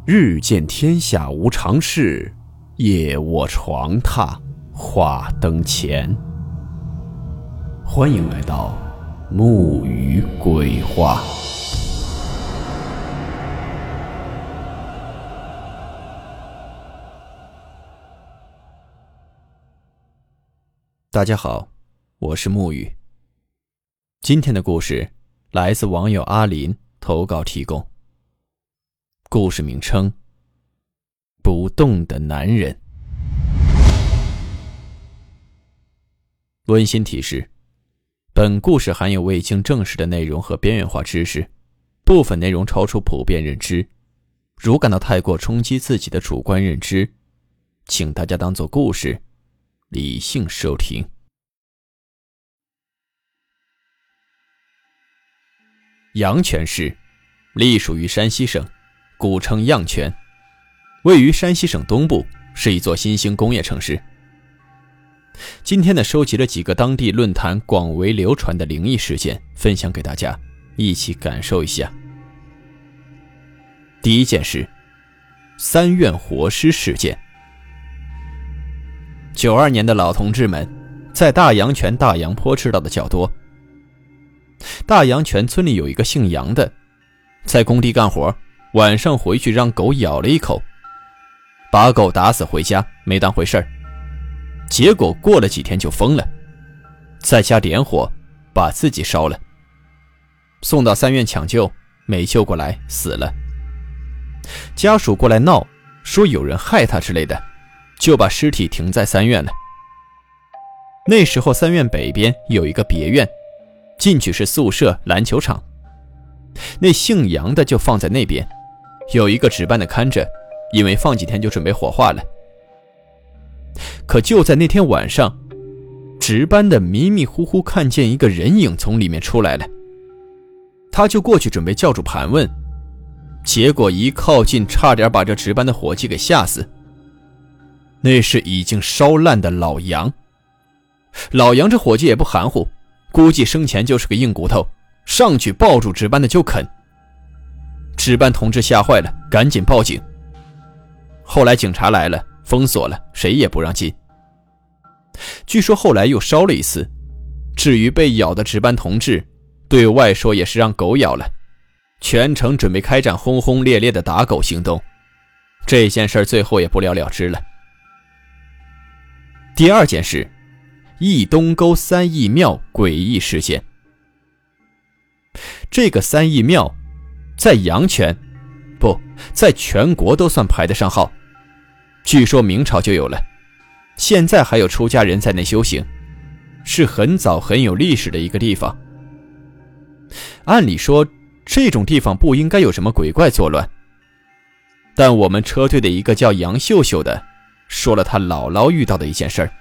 日见天下无常事，夜卧床榻话灯前。欢迎来到木鱼鬼话。大家好，我是木鱼。今天的故事来自网友阿林投稿提供。故事名称：不动的男人。温馨提示：本故事含有未经证实的内容和边缘化知识，部分内容超出普遍认知，如感到太过冲击自己的主观认知，请大家当作故事理性收听。阳泉市隶属于山西省，古称阳泉，位于山西省东部，是一座新兴工业城市。今天呢，收集了几个当地论坛广为流传的灵异事件，分享给大家一起感受一下。第一件事，三院活尸事件。92年的老同志们在大阳泉大阳坡知道的较多。大阳泉村里有一个姓杨的，在工地干活，晚上回去让狗咬了一口，把狗打死回家，没当回事儿。结果过了几天就疯了，在家点火把自己烧了，送到三院抢救，没救过来，死了。家属过来闹，说有人害他之类的，就把尸体停在三院了。那时候三院北边有一个别院，进去是宿舍、篮球场，那姓杨的就放在那边，有一个值班的看着，因为放几天就准备火化了。可就在那天晚上，值班的迷迷糊糊看见一个人影从里面出来了，他就过去准备叫住盘问，结果一靠近差点把这值班的伙计给吓死。那是已经烧烂的老杨。老杨这伙计也不含糊，估计生前就是个硬骨头，上去抱住值班的就啃。值班同志吓坏了，赶紧报警。后来警察来了，封锁了，谁也不让进。据说后来又烧了一次，至于被咬的值班同志，对外说也是让狗咬了，全城准备开展轰轰烈烈的打狗行动。这件事最后也不了了之了。第二件事，义东沟三义庙诡异事件。这个三义庙在阳泉，不，在全国都算排得上号，据说明朝就有了，现在还有出家人在内修行，是很早很有历史的一个地方。按理说这种地方不应该有什么鬼怪作乱，但我们车队的一个叫杨秀秀的说了他姥姥遇到的一件事儿。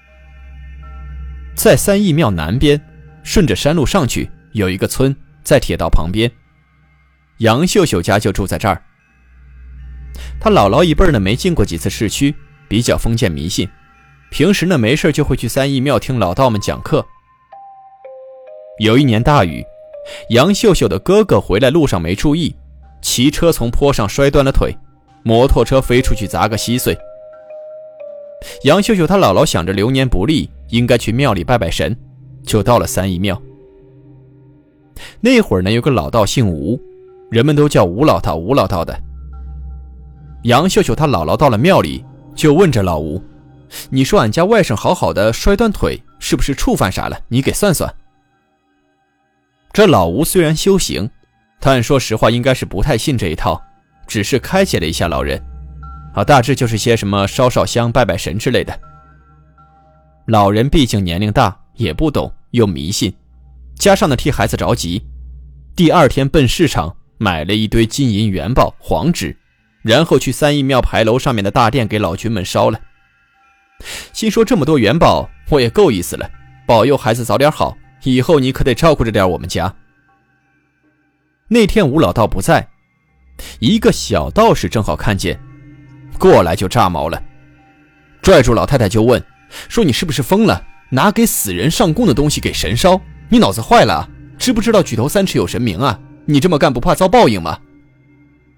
在三义庙南边，顺着山路上去有一个村，在铁道旁边，杨秀秀家就住在这儿。他姥姥一辈呢没进过几次市区，比较封建迷信，平时呢没事就会去三义庙听老道们讲课。有一年大雨，杨秀秀的哥哥回来路上没注意，骑车从坡上摔断了腿，摩托车飞出去砸个稀碎。杨秀秀他姥姥想着流年不利，应该去庙里拜拜神，就到了三义庙。那会儿呢有个老道姓吴，人们都叫吴老道吴老道的。杨秀秀他姥姥到了庙里，就问着老吴，你说俺家外甥好好的摔断腿，是不是触犯啥了，你给算算。这老吴虽然修行，但说实话应该是不太信这一套，只是开解了一下老人，大致就是些什么烧烧香拜拜神之类的。老人毕竟年龄大，也不懂又迷信，加上呢替孩子着急，第二天奔市场买了一堆金银元宝黄纸，然后去三义庙牌楼上面的大殿给老君们烧了。心说这么多元宝我也够意思了，保佑孩子早点好，以后你可得照顾着点我们家。那天吴老道不在，一个小道士正好看见，过来就炸毛了，拽住老太太就问，说你是不是疯了，拿给死人上供的东西给神烧，你脑子坏了啊？知不知道举头三尺有神明啊？你这么干不怕遭报应吗？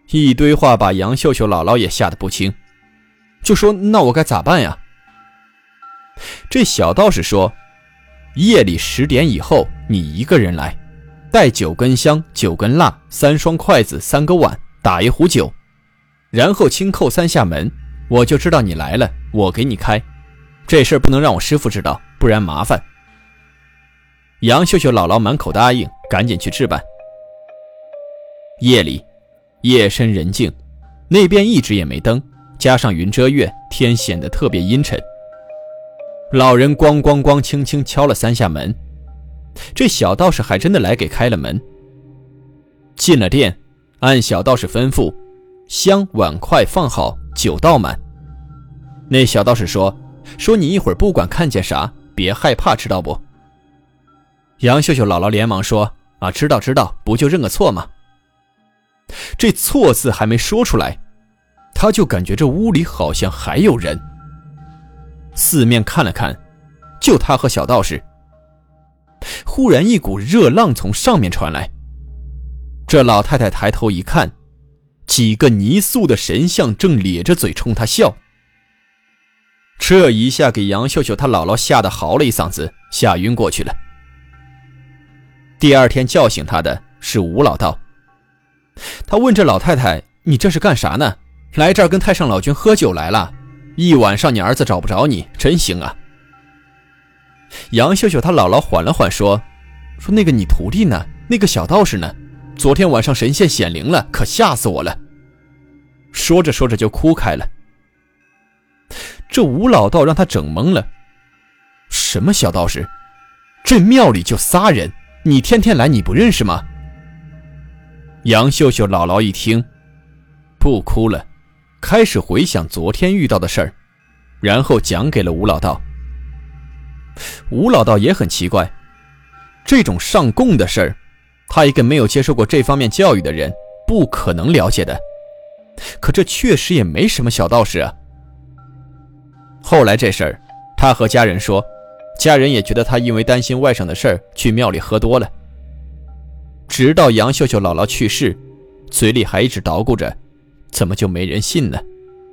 一堆话把杨秀秀姥姥也吓得不轻，就说那我该咋办呀？这小道士说，夜里10点以后你一个人来，带9根香、9根蜡、3双筷子、3个碗，打一壶酒，然后轻叩3下门，我就知道你来了，我给你开。这事儿不能让我师父知道，不然麻烦。杨秀秀姥姥满口答应，赶紧去置办。夜里夜深人静，那边一直也没灯，加上云遮月，天显得特别阴沉。老人咣咣咣轻轻敲了3下门，这小道士还真的来给开了门。进了店，按小道士吩咐，香碗筷放好，酒倒满。那小道士说你一会儿不管看见啥，别害怕，知道不？杨秀秀姥姥连忙说知道，不就认个错吗？这错字还没说出来，他就感觉这屋里好像还有人。四面看了看，就他和小道士。忽然一股热浪从上面传来，这老太太抬头一看，几个泥塑的神像正咧着嘴冲他笑。这一下给杨秀秀她姥姥吓得嚎了一嗓子，吓晕过去了。第二天叫醒她的是吴老道，他问这老太太，你这是干啥呢？来这儿跟太上老君喝酒来了，一晚上你儿子找不着你，真行啊。杨秀秀她姥姥缓了缓说那个你徒弟呢？那个小道士呢？昨天晚上神仙显灵了，可吓死我了。说着说着就哭开了。这吴老道让他整懵了，什么小道士？这庙里就仨人，你天天来你不认识吗？杨秀秀姥姥一听不哭了，开始回想昨天遇到的事儿，然后讲给了吴老道。吴老道也很奇怪，这种上供的事儿，他一个没有接受过这方面教育的人不可能了解的，可这确实也没什么小道士啊。后来这事儿他和家人说，家人也觉得他因为担心外甥的事儿去庙里喝多了。直到杨秀秀姥姥去世，嘴里还一直捣鼓着，怎么就没人信呢？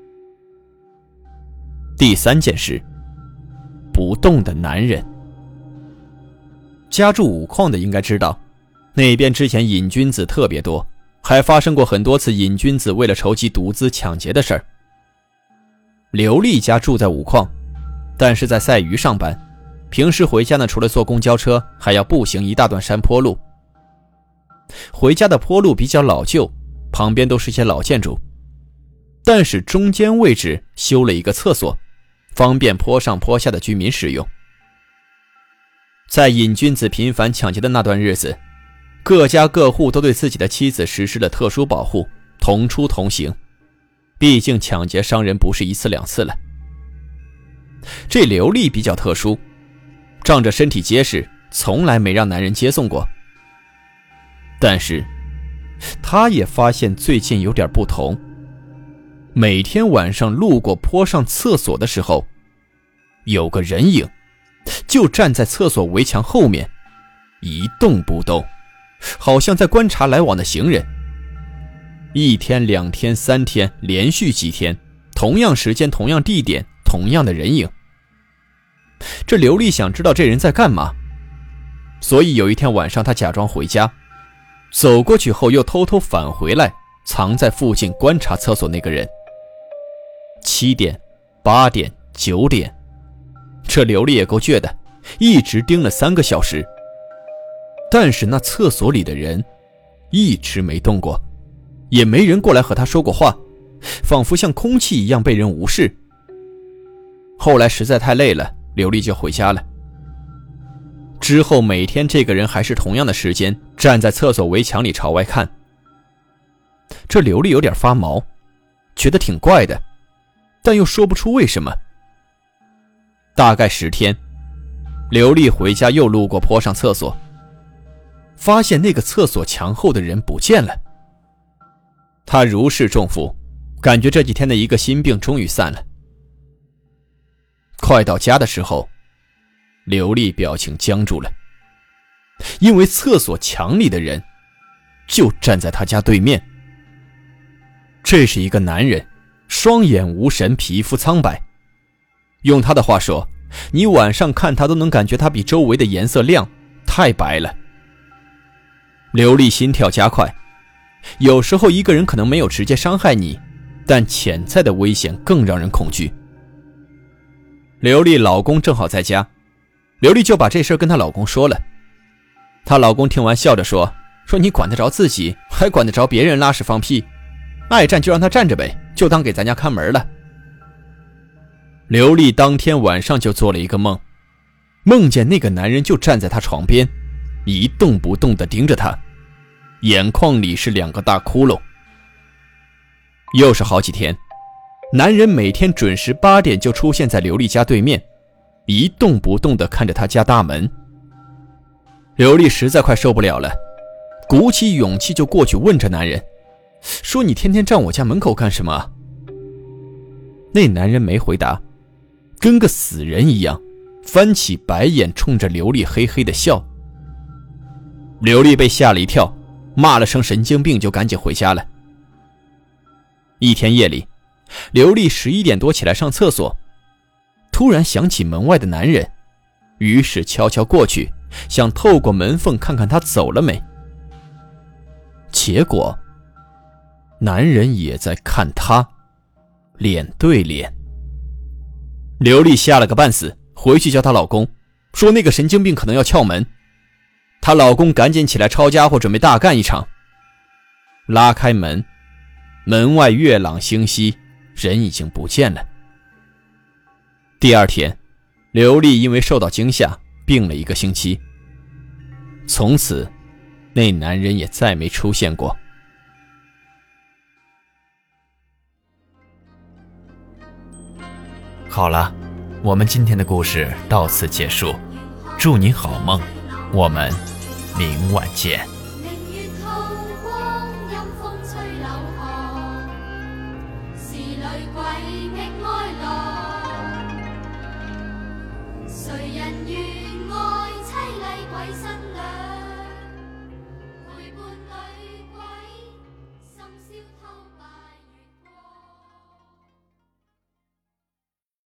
第3件事，不动的男人。家住五矿的应该知道，那边之前瘾君子特别多，还发生过很多次瘾君子为了筹集毒资抢劫的事儿。刘丽家住在五矿，但是在赛鱼上班，平时回家呢，除了坐公交车，还要步行一大段山坡路。回家的坡路比较老旧，旁边都是些老建筑，但是中间位置修了一个厕所，方便坡上坡下的居民使用。在瘾君子频繁抢劫的那段日子，各家各户都对自己的妻子实施了特殊保护，同出同行，毕竟抢劫伤人不是1次2次了。这刘丽比较特殊，仗着身体结实，从来没让男人接送过。但是她也发现最近有点不同，每天晚上路过坡上厕所的时候，有个人影就站在厕所围墙后面，一动不动，好像在观察来往的行人。1天2天3天，连续几天，同样时间同样地点同样的人影。这刘丽想知道这人在干嘛，所以有一天晚上她假装回家，走过去后又偷偷返回来，藏在附近观察厕所那个人。7点、8点、9点，这刘丽也够倔的，一直盯了3个小时。但是那厕所里的人一直没动过，也没人过来和他说过话，仿佛像空气一样被人无视。后来实在太累了，刘丽就回家了。之后每天这个人还是同样的时间站在厕所围墙里朝外看。这刘丽有点发毛，觉得挺怪的，但又说不出为什么。大概10天，刘丽回家又路过坡上厕所，发现那个厕所墙后的人不见了。她如释重负，感觉这几天的一个心病终于散了。快到家的时候，刘丽表情僵住了，因为厕所墙里的人就站在她家对面。 这是一个男人，双眼无神，皮肤苍白。用他的话说，你晚上看他都能感觉他比周围的颜色亮，太白了。刘丽心跳加快，有时候一个人可能没有直接伤害你，但潜在的危险更让人恐惧。刘丽老公正好在家，刘丽就把这事跟她老公说了。她老公听完笑着说你管得着自己，还管得着别人拉屎放屁？爱站就让他站着呗，就当给咱家看门了。刘丽当天晚上就做了一个梦，梦见那个男人就站在她床边，一动不动地盯着她，眼眶里是2个大窟窿。又是好几天，男人每天准时8点就出现在刘丽家对面，一动不动地看着她家大门。刘丽实在快受不了了，鼓起勇气就过去问这男人，说你天天站我家门口干什么？那男人没回答，跟个死人一样，翻起白眼冲着刘丽嘿嘿地笑。刘丽被吓了一跳，骂了声神经病就赶紧回家了。一天夜里，刘丽11点多起来上厕所，突然想起门外的男人，于是悄悄过去，想透过门缝看看他走了没。结果男人也在看她，脸对脸。刘丽吓了个半死，回去叫她老公，说那个神经病可能要撬门。她老公赶紧起来抄家伙，准备大干一场。拉开门，门外月朗星稀，人已经不见了。第2天，刘丽因为受到惊吓，病了1个星期。从此，那男人也再没出现过。好了，我们今天的故事到此结束，祝您好梦，我们明晚见。是女鬼。